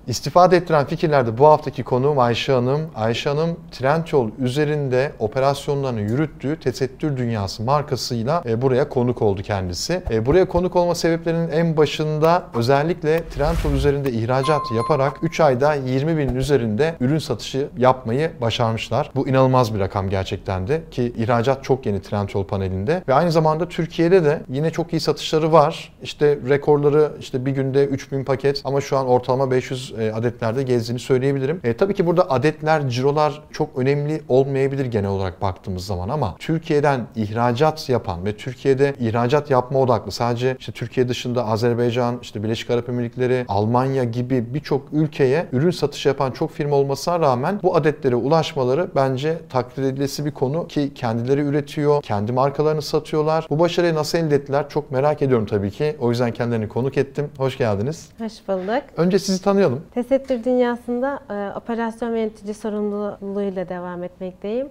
İstifade ettiren fikirlerde bu haftaki konuğum Ayşe Hanım. Ayşe Hanım Trendyol üzerinde operasyonlarını yürüttüğü Tesettür Dünyası markasıyla buraya konuk oldu kendisi. Buraya konuk olma sebeplerinin en başında özellikle Trendyol üzerinde ihracat yaparak 3 ayda 20 binin üzerinde ürün satışı yapmayı başarmışlar. Bu inanılmaz bir rakam gerçekten de ki ihracat çok yeni Trendyol panelinde ve aynı zamanda Türkiye'de de yine çok iyi satışları var. İşte rekorları bir günde 3000 paket ama şu an ortalama 500 adetlerde gezdiğini söyleyebilirim. Tabii ki burada adetler, cirolar çok önemli olmayabilir genel olarak baktığımız zaman ama Türkiye'den ihracat yapan ve Türkiye'de ihracat yapma odaklı sadece Türkiye dışında Azerbaycan, Birleşik Arap Emirlikleri, Almanya gibi birçok ülkeye ürün satışı yapan çok firma olmasına rağmen bu adetlere ulaşmaları bence takdir edilesi bir konu ki kendileri üretiyor, kendi markalarını satıyorlar. Bu başarıyı nasıl elde ettiler çok merak ediyorum tabii ki. O yüzden kendilerini konuk ettim. Hoş geldiniz. Hoş bulduk. Önce sizi tanıyalım. Tesettür Dünyası'nda operasyon yönetici sorumluluğuyla devam etmekteyim.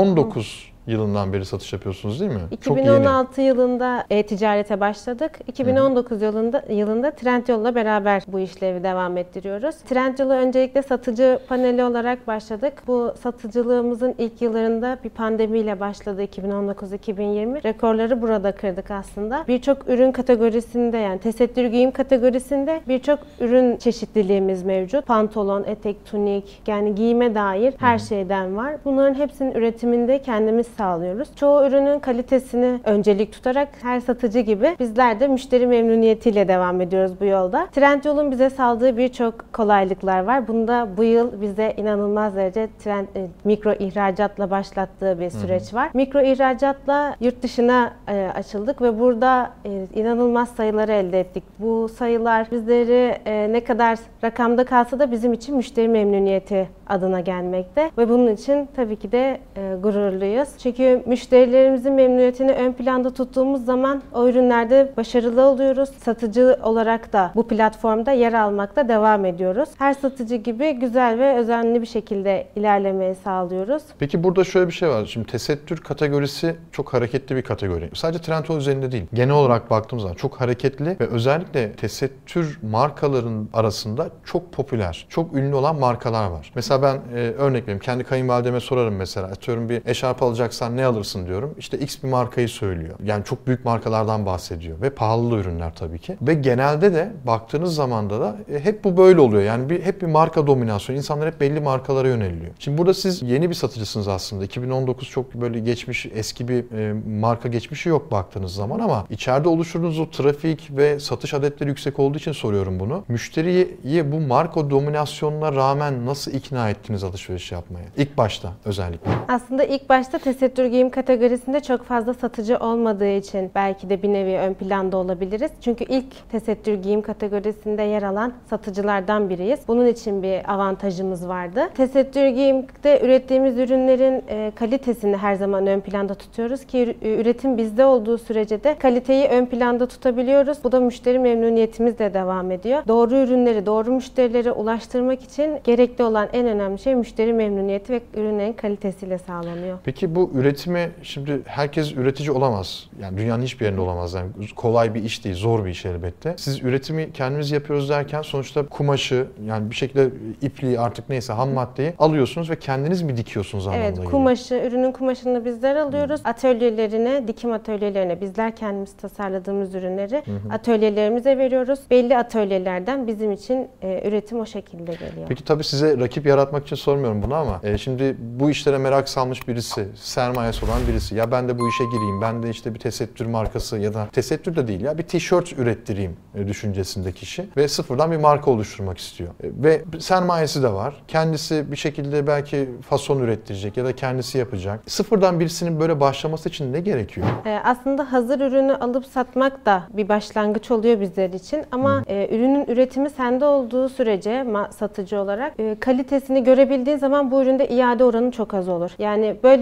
2019 yılından beri satış yapıyorsunuz değil mi? 2016 yılında e-ticarete başladık. 2019 yılında Trendyol'la beraber bu işlevi devam ettiriyoruz. Trendyol'a öncelikle satıcı paneli olarak başladık. Bu satıcılığımızın ilk yıllarında bir pandemiyle başladı 2019-2020. Rekorları burada kırdık aslında. Birçok ürün kategorisinde yani tesettür giyim kategorisinde birçok ürün çeşitliliğimiz mevcut. Pantolon, etek, tunik yani giyime dair her şeyden var. Bunların hepsinin üretiminde kendimiz sağlıyoruz. Çoğu ürünün kalitesini öncelik tutarak her satıcı gibi bizler de müşteri memnuniyetiyle devam ediyoruz bu yolda. Trendyol'un bize sağladığı birçok kolaylıklar var. Bunda bu yıl bize inanılmaz derece mikro ihracatla başlattığı bir süreç var. Mikro ihracatla yurt dışına açıldık ve burada inanılmaz sayıları elde ettik. Bu sayılar bizleri ne kadar rakamda kalsa da bizim için müşteri memnuniyeti adına gelmekte ve bunun için tabii ki de gururluyuz. Çünkü müşterilerimizin memnuniyetini ön planda tuttuğumuz zaman o ürünlerde başarılı oluyoruz. Satıcı olarak da bu platformda yer almakta devam ediyoruz. Her satıcı gibi güzel ve özenli bir şekilde ilerlemeyi sağlıyoruz. Peki burada şöyle bir şey var. Şimdi tesettür kategorisi çok hareketli bir kategori. Sadece Trendyol üzerinde değil. Genel olarak baktığımız zaman çok hareketli ve özellikle tesettür markaların arasında çok popüler, çok ünlü olan markalar var. Mesela ben örnek vereyim. Kendi kayınvalideme sorarım mesela. Atıyorum bir eşarp alacaksan ne alırsın diyorum. X bir markayı söylüyor. Yani çok büyük markalardan bahsediyor ve pahalı ürünler tabii ki. Ve genelde de baktığınız zaman da hep bu böyle oluyor. Yani hep bir marka dominasyonu. İnsanlar hep belli markalara yöneliyor. Şimdi burada siz yeni bir satıcısınız aslında. 2019 çok böyle geçmiş, eski bir marka geçmişi yok baktığınız zaman ama içeride oluşturduğunuz o trafik ve satış adetleri yüksek olduğu için soruyorum bunu. Müşteriyi bu marka dominasyonuna rağmen nasıl ikna ettiniz alışveriş yapmaya? İlk başta özellikle. Aslında ilk başta tesettür giyim kategorisinde çok fazla satıcı olmadığı için belki de bir nevi ön planda olabiliriz. Çünkü ilk tesettür giyim kategorisinde yer alan satıcılardan biriyiz. Bunun için bir avantajımız vardı. Tesettür giyimde ürettiğimiz ürünlerin kalitesini her zaman ön planda tutuyoruz ki üretim bizde olduğu sürece de kaliteyi ön planda tutabiliyoruz. Bu da müşteri memnuniyetimizle devam ediyor. Doğru ürünleri doğru müşterilere ulaştırmak için gerekli olan en önemli şey müşteri memnuniyeti ve ürünlerin kalitesiyle sağlanıyor. Peki bu üretimi şimdi herkes üretici olamaz. Yani dünyanın hiçbir yerinde olamaz. Yani kolay bir iş değil, zor bir iş elbette. Siz üretimi kendimiz yapıyoruz derken sonuçta kumaşı yani bir şekilde ipliği artık neyse ham maddeyi alıyorsunuz ve kendiniz mi dikiyorsunuz anlamına geliyor? Evet, kumaşı, ürünün kumaşını bizler alıyoruz. Atölyelerine, dikim atölyelerine bizler kendimiz tasarladığımız ürünleri atölyelerimize veriyoruz. Belli atölyelerden bizim için üretim o şekilde geliyor. Peki tabii size rakip yaratmak için sormuyorum bunu ama şimdi bu işlere merak salmış birisi, sermayesi olan birisi ya ben de bu işe gireyim, ben de bir tesettür markası ya da tesettür de değil ya bir tişört ürettireyim düşüncesinde kişi ve sıfırdan bir marka oluşturmak istiyor. Ve sermayesi de var. Kendisi bir şekilde belki fason ürettirecek ya da kendisi yapacak. Sıfırdan birisinin böyle başlaması için ne gerekiyor? Aslında hazır ürünü alıp satmak da bir başlangıç oluyor bizler için ama ürünün üretimi sende olduğu sürece satıcı olarak kalitesini görebildiğin zaman bu üründe iade oranı çok az olur. Yani böylelikle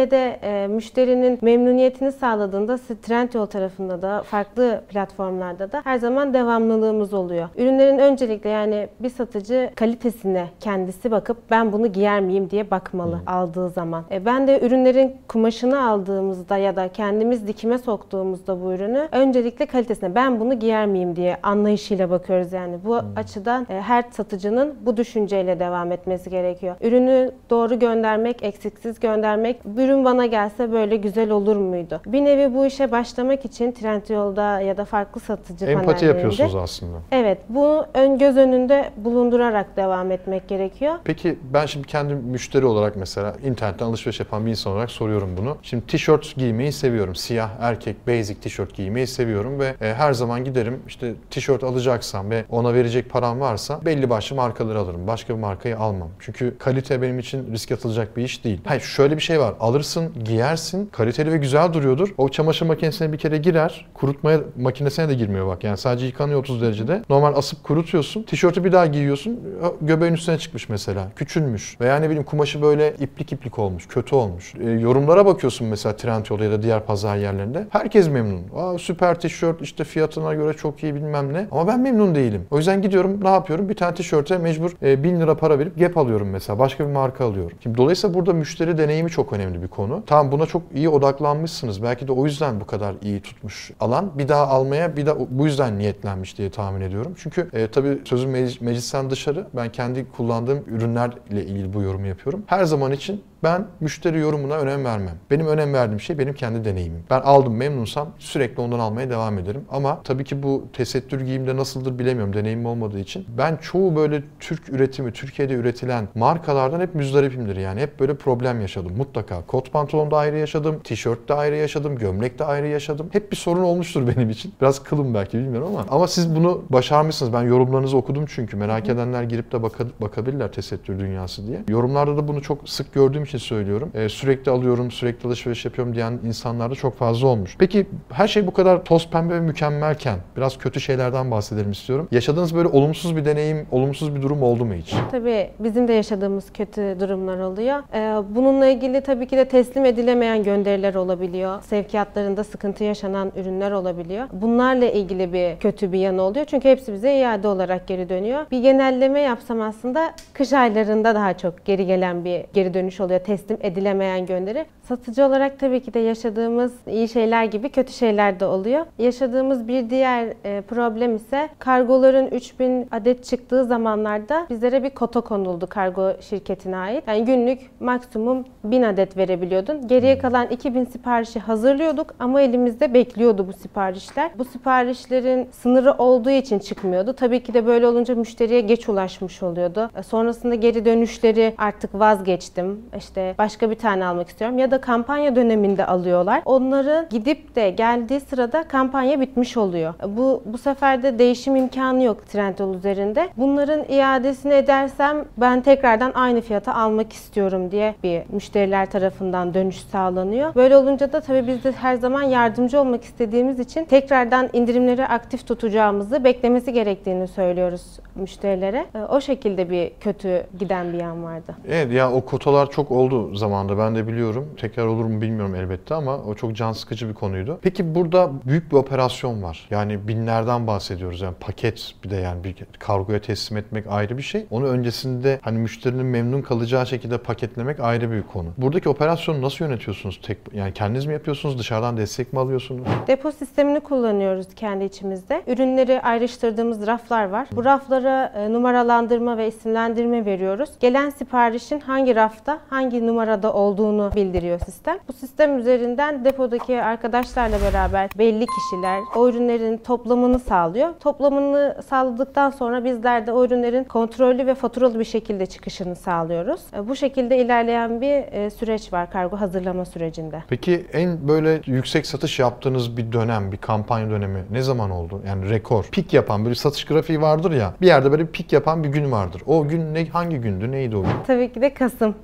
sayede müşterinin memnuniyetini sağladığında Trendyol tarafında da farklı platformlarda da her zaman devamlılığımız oluyor. Ürünlerin öncelikle yani bir satıcı kalitesine kendisi bakıp ben bunu giyer miyim diye bakmalı aldığı zaman. Ben de ürünlerin kumaşını aldığımızda ya da kendimiz dikime soktuğumuzda bu ürünü öncelikle kalitesine ben bunu giyer miyim diye anlayışıyla bakıyoruz yani. Bu açıdan her satıcının bu düşünceyle devam etmesi gerekiyor. Ürünü doğru göndermek, eksiksiz göndermek, ürün bana gelse böyle güzel olur muydu? Bir nevi bu işe başlamak için Trendyol'da ya da farklı satıcı empati panellerinde yapıyorsunuz aslında. Evet, bunu göz önünde bulundurarak devam etmek gerekiyor. Peki ben şimdi kendi müşteri olarak mesela internetten alışveriş yapan bir insan olarak soruyorum bunu. Şimdi tişört giymeyi seviyorum. Siyah erkek basic tişört giymeyi seviyorum ve her zaman giderim işte tişört alacaksam ve ona verecek param varsa belli başlı markaları alırım. Başka bir markayı almam. Çünkü kalite benim için risk atılacak bir iş değil. Hayır şöyle bir şey var. Alırsın, giyersin, kaliteli ve güzel duruyordur. O çamaşır makinesine bir kere girer. Kurutmaya makinesine de girmiyor bak. Yani sadece yıkanıyor 30 derecede. Normal asıp kurutuyorsun. Tişörtü bir daha giyiyorsun. Göbeğin üstüne çıkmış mesela. Küçülmüş. Veya ne bileyim kumaşı böyle iplik olmuş. Kötü olmuş. Yorumlara bakıyorsun mesela Trendyol'da ya da diğer pazar yerlerinde. Herkes memnun. Süper tişört işte fiyatına göre çok iyi bilmem ne. Ama ben memnun değilim. O yüzden gidiyorum ne yapıyorum? Bir tane tişörte mecbur 1000 lira para verip Gap alıyorum mesela. Başka bir marka alıyorum. Şimdi dolayısıyla burada müşteri deneyimi çok önemli bir konu. Tamam buna çok iyi odaklanmışsınız. Belki de o yüzden bu kadar iyi tutmuş alan. Bir daha almaya bu yüzden niyetlenmiş diye tahmin ediyorum. Çünkü tabii sözüm meclisten dışarı ben kendi kullandığım ürünlerle ilgili bu yorumu yapıyorum. Her zaman için ben müşteri yorumuna önem vermem. Benim önem verdiğim şey benim kendi deneyimim. Ben aldım memnunsam sürekli ondan almaya devam ederim. Ama tabii ki bu tesettür giyimde nasıldır bilemiyorum deneyimim olmadığı için. Ben çoğu böyle Türk üretimi, Türkiye'de üretilen markalardan hep müzdaripimdir yani. Hep böyle problem yaşadım mutlaka. Kot pantolonda ayrı yaşadım, tişörtte ayrı yaşadım, gömlekte ayrı yaşadım. Hep bir sorun olmuştur benim için. Biraz kılım belki bilmiyorum ama siz bunu başarmışsınız. Ben yorumlarınızı okudum çünkü. Merak edenler girip de bakabilirler tesettür dünyası diye. Yorumlarda da bunu çok sık gördüğüm için söylüyorum. Sürekli alıyorum, sürekli alışveriş yapıyorum diyen insanlar da çok fazla olmuş. Peki her şey bu kadar toz pembe ve mükemmelken biraz kötü şeylerden bahsedelim istiyorum. Yaşadığınız böyle olumsuz bir deneyim, olumsuz bir durum oldu mu hiç? Tabii bizim de yaşadığımız kötü durumlar oluyor. Bununla ilgili tabii ki de teslim edilemeyen gönderiler olabiliyor. Sevkiyatlarında sıkıntı yaşanan ürünler olabiliyor. Bunlarla ilgili bir kötü bir yanı oluyor. Çünkü hepsi bize iade olarak geri dönüyor. Bir genelleme yapsam aslında kış aylarında daha çok gelen bir geri dönüş oluyor. Teslim edilemeyen gönderi. Satıcı olarak tabii ki de yaşadığımız iyi şeyler gibi kötü şeyler de oluyor. Yaşadığımız bir diğer problem ise kargoların 3000 adet çıktığı zamanlarda bizlere bir kota konuldu kargo şirketine ait. Yani günlük maksimum 1000 adet verebiliyordun. Geriye kalan 2000 siparişi hazırlıyorduk ama elimizde bekliyordu bu siparişler. Bu siparişlerin sınırı olduğu için çıkmıyordu. Tabii ki de böyle olunca müşteriye geç ulaşmış oluyordu. Sonrasında geri dönüşleri artık vazgeçtim. İşte başka bir tane almak istiyorum ya da kampanya döneminde alıyorlar. Onları gidip de geldiği sırada kampanya bitmiş oluyor. Bu sefer de değişim imkanı yok Trendyol üzerinde. Bunların iadesini edersem ben tekrardan aynı fiyata almak istiyorum diye bir müşteriler tarafından dönüş sağlanıyor. Böyle olunca da tabii biz de her zaman yardımcı olmak istediğimiz için tekrardan indirimleri aktif tutacağımızı beklemesi gerektiğini söylüyoruz müşterilere. O şekilde bir kötü giden bir yan vardı. Evet ya o kotalar çok oldu zamanında ben de biliyorum. Tekrar olur mu bilmiyorum elbette ama o çok can sıkıcı bir konuydu. Peki burada büyük bir operasyon var. Yani binlerden bahsediyoruz. Yani paket bir de yani bir kargoya teslim etmek ayrı bir şey. Onu öncesinde hani müşterinin memnun kalacağı şekilde paketlemek ayrı bir konu. Buradaki operasyonu nasıl yönetiyorsunuz? Yani kendiniz mi yapıyorsunuz? Dışarıdan destek mi alıyorsunuz? Depo sistemini kullanıyoruz kendi içimizde. Ürünleri ayrıştırdığımız raflar var. Bu raflara numaralandırma ve isimlendirme veriyoruz. Gelen siparişin hangi rafta, hangi numarada olduğunu bildiriyor sistem. Bu sistem üzerinden depodaki arkadaşlarla beraber belli kişiler o ürünlerin toplamını sağlıyor. Toplamını sağladıktan sonra bizler de o ürünlerin kontrollü ve faturalı bir şekilde çıkışını sağlıyoruz. Bu şekilde ilerleyen bir süreç var kargo hazırlama sürecinde. Peki en böyle yüksek satış yaptığınız bir dönem, bir kampanya dönemi ne zaman oldu? Yani rekor. Pik yapan böyle satış grafiği vardır ya. Bir yerde böyle pik yapan bir gün vardır. O gün hangi gündü? Neydi o gün? Tabii ki de Kasım ayı.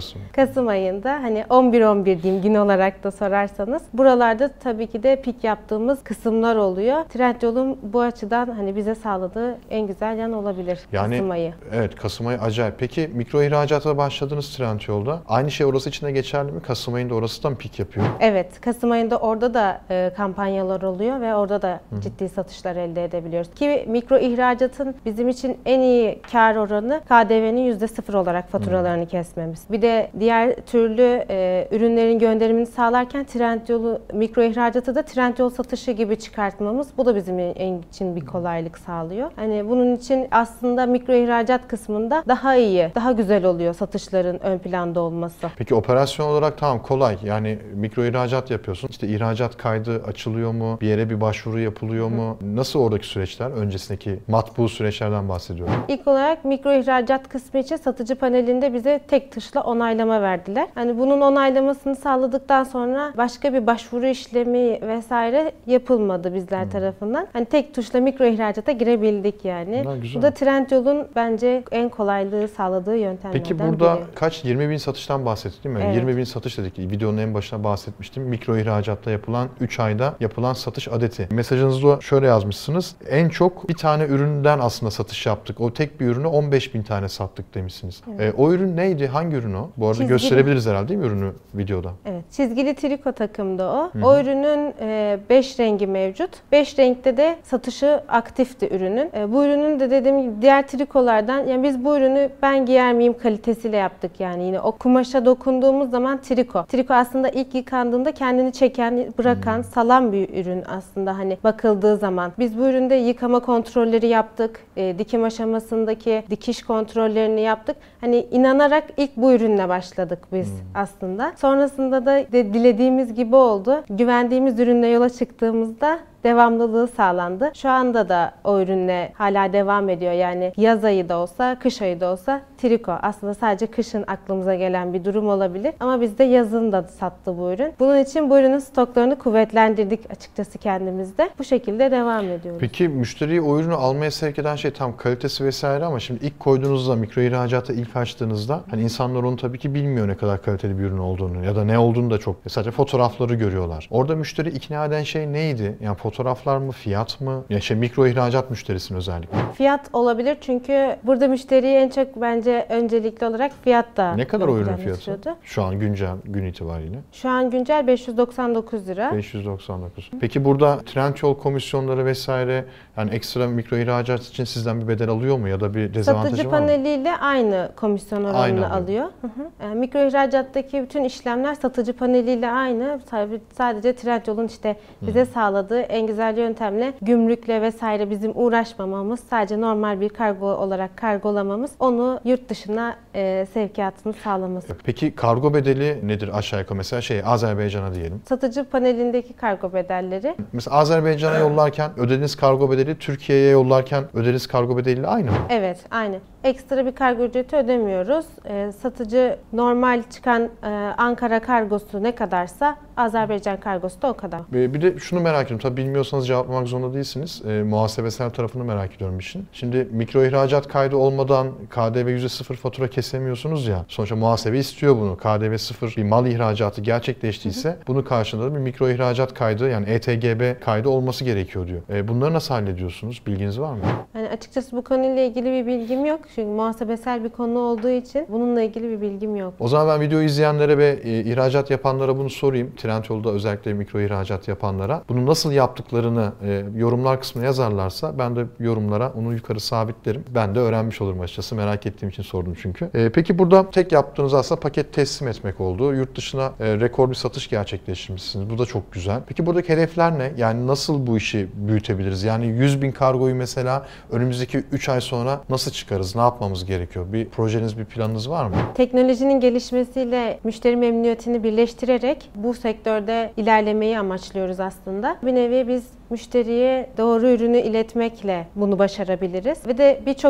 Kasım ayında hani 11-11 diyeyim gün olarak da sorarsanız. Buralarda tabii ki de pik yaptığımız kısımlar oluyor. Trendyol'un bu açıdan hani bize sağladığı en güzel yan olabilir Kasım ayı. Evet, Kasım ayı acayip. Peki mikro ihracata başladınız Trendyol'da. Aynı şey orası için de geçerli mi? Kasım ayında orası da mı pik yapıyor? Evet, Kasım ayında orada da kampanyalar oluyor ve orada da ciddi satışlar elde edebiliyoruz. Ki mikro ihracatın bizim için en iyi kar oranı KDV'nin %0 olarak faturalarını kesmemiz. Bir de diğer türlü ürünlerin gönderimini sağlarken Trendyol'u mikro ihracatı da Trendyol satışı gibi çıkartmamız. Bu da bizim için bir kolaylık sağlıyor. Hani bunun için aslında mikro ihracat kısmında daha iyi, daha güzel oluyor satışların ön planda olması. Peki operasyon olarak tamam kolay. Yani mikro ihracat yapıyorsun. İşte ihracat kaydı açılıyor mu? Bir yere bir başvuru yapılıyor mu? Nasıl oradaki süreçler? Öncesindeki matbu süreçlerden bahsediyorum. İlk olarak mikro ihracat kısmı için satıcı panelinde bize tek tuşla onaylama verdiler. Hani bunun onaylamasını sağladıktan sonra başka bir başvuru işlemi vesaire yapılmadı bizler tarafından. Hani tek tuşla mikro ihracata girebildik yani. Bu da Trendyol'un bence en kolaylığı sağladığı yöntemlerden Peki burada biri. kaç? 20.000 satıştan bahsettik değil mi? Evet. 20.000 satış dedik. Videonun en başına bahsetmiştim. Mikro ihracatta yapılan 3 ayda yapılan satış adeti. Mesajınızda şöyle yazmışsınız. En çok bir tane üründen aslında satış yaptık. O tek bir ürünü 15.000 tane sattık demişsiniz. Evet. O ürün neydi? Hangi ürün o? Bu arada Çizgili. gösterebiliriz herhalde değil mi ürünü videoda? Evet. Çizgili triko takımda o. O ürünün 5 rengi mevcut. 5 renkte de satışı aktifti ürünün. Bu ürünün de dediğim gibi diğer trikolardan yani biz bu ürünü ben giyer miyim kalitesiyle yaptık yani. Yine o kumaşa dokunduğumuz zaman triko. Triko aslında ilk yıkandığında kendini çeken, bırakan, salan bir ürün aslında hani bakıldığı zaman. Biz bu üründe yıkama kontrolleri yaptık. Dikim aşamasındaki dikiş kontrollerini yaptık. Hani inanarak ilk bu ürünle başladık biz aslında. Sonrasında da dilediğimiz gibi oldu. Güvendiğimiz ürünle yola çıktığımızda devamlılığı sağlandı. Şu anda da o ürünle hala devam ediyor. Yani yaz ayı da olsa, kış ayı da olsa triko. Aslında sadece kışın aklımıza gelen bir durum olabilir. Ama bizde yazın da sattı bu ürün. Bunun için bu ürünün stoklarını kuvvetlendirdik açıkçası kendimizde. Bu şekilde devam ediyoruz. Peki müşteriyi o ürünü almaya sevk eden şey tam kalitesi vesaire ama şimdi ilk koyduğunuzda, mikro ihracata ilk açtığınızda hani insanlar onu tabii ki bilmiyor ne kadar kaliteli bir ürün olduğunu ya da ne olduğunu da çok. Sadece fotoğrafları görüyorlar. Orada müşteri ikna eden şey neydi? Yani fotoğraflar mı, fiyat mı? Ya mikro ihracat müşterisin özellikle. Fiyat olabilir çünkü burada müşteriyi en çok bence öncelikli olarak fiyat da ne kadar o ürün fiyatı? istiyordu. Şu an güncel gün itibariyle. Şu an güncel 599 lira. 599. Peki burada Trendyol komisyonları vesaire yani ekstra mikro ihracat için sizden bir bedel alıyor mu ya da bir dezavantajı Satıcı var mı? paneliyle aynı komisyon oranını alıyor. Mikro ihracattaki bütün işlemler satıcı paneliyle aynı. Sadece Trendyol'un işte bize sağladığı en güzel yöntemle gümrükle vesaire bizim uğraşmamamız, sadece normal bir kargo olarak kargolamamız, onu yurt dışına sevkiyatını sağlaması. Peki kargo bedeli nedir aşağı yukarı mesela Azerbaycan'a diyelim? Satıcı panelindeki kargo bedelleri. Mesela Azerbaycan'a yollarken ödediğiniz kargo bedeli Türkiye'ye yollarken ödediğiniz kargo bedeliyle aynı mı? Evet, aynı. Ekstra bir kargo ücreti ödemiyoruz. Satıcı normal çıkan Ankara kargosu ne kadarsa Azerbaycan kargosu da o kadar. Bir de şunu merak ediyorum. Tabii bilmiyorsanız cevaplamak zorunda değilsiniz. Muhasebesel tarafını merak ediyorum işin. Şimdi mikro ihracat kaydı olmadan KDV %0 fatura kesemiyorsunuz ya. Sonuçta muhasebe istiyor bunu. KDV 0 bir mal ihracatı gerçekleştiyse bunun karşılığında bir mikro ihracat kaydı yani ETGB kaydı olması gerekiyor diyor. Bunları nasıl hallediyorsunuz? Bilginiz var mı? Yani açıkçası bu konuyla ilgili bir bilgim yok. Çünkü muhasebesel bir konu olduğu için bununla ilgili bir bilgim yok. O zaman ben videoyu izleyenlere ve ihracat yapanlara bunu sorayım. Trendyol'da özellikle mikro ihracat yapanlara. Bunu nasıl yaptıklarını yorumlar kısmına yazarlarsa ben de yorumlara onu yukarı sabitlerim. Ben de öğrenmiş olurum açıkçası. Merak ettiğim için sordum çünkü. Peki burada tek yaptığınız aslında paket teslim etmek oldu. Yurt dışına rekor bir satış gerçekleştirmişsiniz. Bu da çok güzel. Peki buradaki hedefler ne? Yani nasıl bu işi büyütebiliriz? Yani 100.000 kargoyu mesela önümüzdeki 3 ay sonra nasıl çıkarız? Ne yapmamız gerekiyor? Bir projeniz, bir planınız var mı? Teknolojinin gelişmesiyle müşteri memnuniyetini birleştirerek bu sektörde ilerlemeyi amaçlıyoruz aslında. Bir nevi biz müşteriye doğru ürünü iletmekle bunu başarabiliriz. Ve de birçok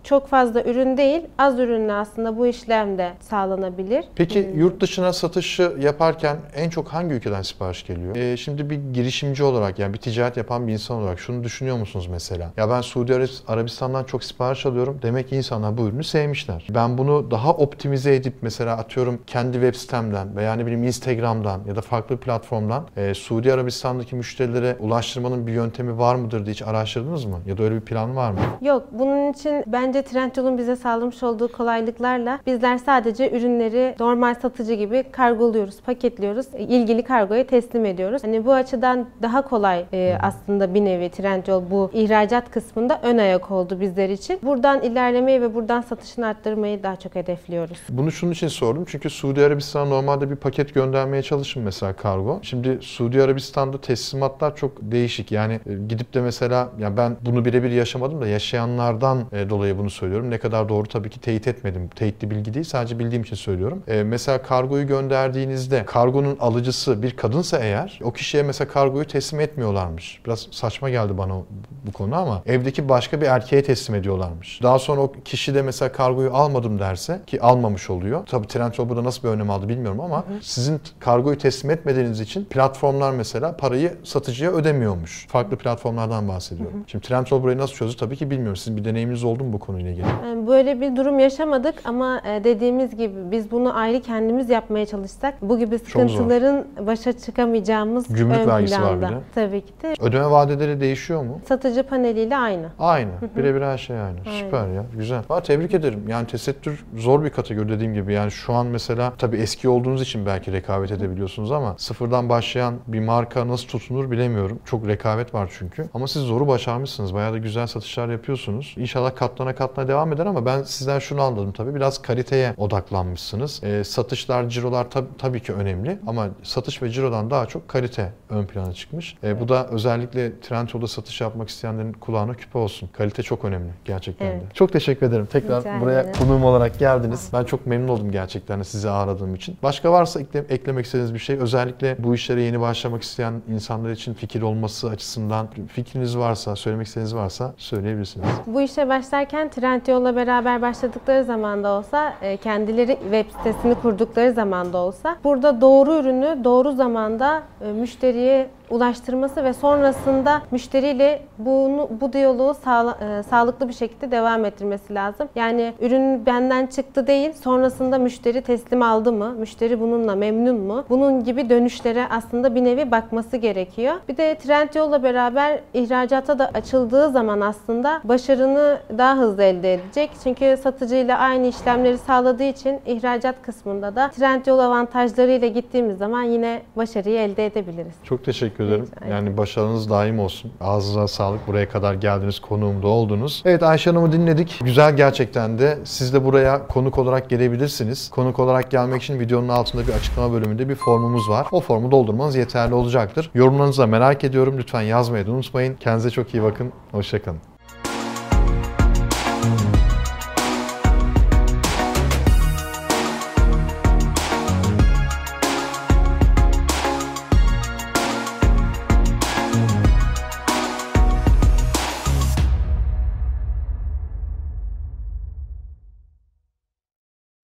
çok fazla ürün değil, az ürünle aslında bu işlem de sağlanabilir. Peki yurt dışına satışı yaparken en çok hangi ülkeden sipariş geliyor? Şimdi bir girişimci olarak, yani bir ticaret yapan bir insan olarak şunu düşünüyor musunuz mesela? Ya ben Suudi Arabistan'dan çok sipariş alıyorum. Demek ki insanlar bu ürünü sevmişler. Ben bunu daha optimize edip mesela atıyorum kendi web sitemden veya ne bileyim Instagram'dan ya da farklı bir platformdan Suudi Arabistan'daki müşterilere ulaştırmanın bir yöntemi var mıdır diye hiç araştırdınız mı? Ya da öyle bir plan var mı? Yok. Bunun için bence Trendyol'un bize sağlamış olduğu kolaylıklarla bizler sadece ürünleri normal satıcı gibi kargoluyoruz, paketliyoruz, ilgili kargoya teslim ediyoruz. Hani bu açıdan daha kolay aslında bir nevi Trendyol bu ihracat kısmında ön ayak oldu bizler için. Buradan ilerlemeyi ve buradan satışını arttırmayı daha çok hedefliyoruz. Bunu şunun için sordum çünkü Suudi Arabistan'a normalde bir paket göndermeye çalışın mesela kargo. Şimdi Suudi Arabistan'da teslimatlar çok değişik. Yani gidip de mesela, ya ben bunu birebir yaşamadım da yaşayanlardan dolayı bunu söylüyorum. Ne kadar doğru tabii ki teyit etmedim. Teyitli bilgi değil, sadece bildiğim için söylüyorum. Mesela kargoyu gönderdiğinizde kargonun alıcısı bir kadınsa eğer o kişiye mesela kargoyu teslim etmiyorlarmış. Biraz saçma geldi bana bu konu ama evdeki başka bir erkeğe teslim ediyorlarmış. Daha sonra o kişi de mesela kargoyu almadım derse, ki almamış oluyor. Tabii Trendyol burada nasıl bir önlem aldı bilmiyorum ama sizin kargoyu teslim etmediğiniz için platformlar mesela parayı satıcıya ödemiyormuş. Farklı platformlardan bahsediyorum. Şimdi Trendyol burayı nasıl çözdü tabii ki bilmiyorum. Sizin bir deneyiminiz oldu mu bu konuyla ilgili? Böyle bir durum yaşamadık ama dediğimiz gibi biz bunu ayrı kendimiz yapmaya çalışsak bu gibi sıkıntıların başa çıkamayacağımız gümrük ön vergisi var planda. bir de. Tabii ki de. Ödeme vadeleri değişiyor mu? Satıcı paneliyle aynı. Aynı. Birebir her şey aynı. Aynen. Süper ya. Güzel. Tebrik ederim. Yani tesettür zor bir kategori dediğim gibi. Yani şu an mesela tabii eski olduğunuz için belki rekabet edebiliyorsunuz ama sıfırdan başlayan bir marka nasıl tutunur bilemiyorum. Çok rekabet var çünkü. Ama siz zoru başarmışsınız. Bayağı da güzel satışlar yapıyorsunuz. İnşallah katlana devam eder ama ben sizden şunu anladım tabii. Biraz kaliteye odaklanmışsınız. Satışlar, cirolar tabii ki önemli ama satış ve cirodan daha çok kalite ön plana çıkmış. Bu da özellikle Trendyol'da satış yapmak isteyenlerin kulağına küpe olsun. Kalite çok önemli gerçekten de. Çok teşekkür ederim. Tekrar Rica buraya ederim. konuğum olarak geldiniz. Ben çok memnun oldum gerçekten de sizi ağırladığım için. Başka varsa eklemek istediğiniz bir şey, özellikle bu işlere yeni başlamak isteyen insanlar için fikir olması açısından fikriniz varsa, söylemek istediğiniz varsa söyleyebilirsiniz. Bu işe başlarken Trendyol'la beraber başladıkları zaman da olsa, kendileri web sitesini kurdukları zaman da olsa burada doğru ürünü doğru zamanda müşteriye ulaştırması ve sonrasında müşteriyle bu diyaloğu sağlıklı bir şekilde devam ettirmesi lazım. Yani ürün benden çıktı değil, sonrasında müşteri teslim aldı mı? Müşteri bununla memnun mu? Bunun gibi dönüşlere aslında bir nevi bakması gerekiyor. Bir de Trendyol'la beraber ihracata da açıldığı zaman aslında başarını daha hızlı elde edecek. Çünkü satıcıyla aynı işlemleri sağladığı için ihracat kısmında da Trendyol avantajlarıyla gittiğimiz zaman yine başarıyı elde edebiliriz. Çok teşekkür ederim. Yani başarınız daim olsun. Ağzınıza sağlık. Buraya kadar geldiniz, konuğumda oldunuz. Evet, Ayşe Hanım'ı dinledik. Güzel gerçekten de. Siz de buraya konuk olarak gelebilirsiniz. Konuk olarak gelmek için videonun altında bir açıklama bölümünde bir formumuz var. O formu doldurmanız yeterli olacaktır. Yorumlarınızı da merak ediyorum. Lütfen yazmayı da unutmayın. Kendinize çok iyi bakın. Hoşça kalın.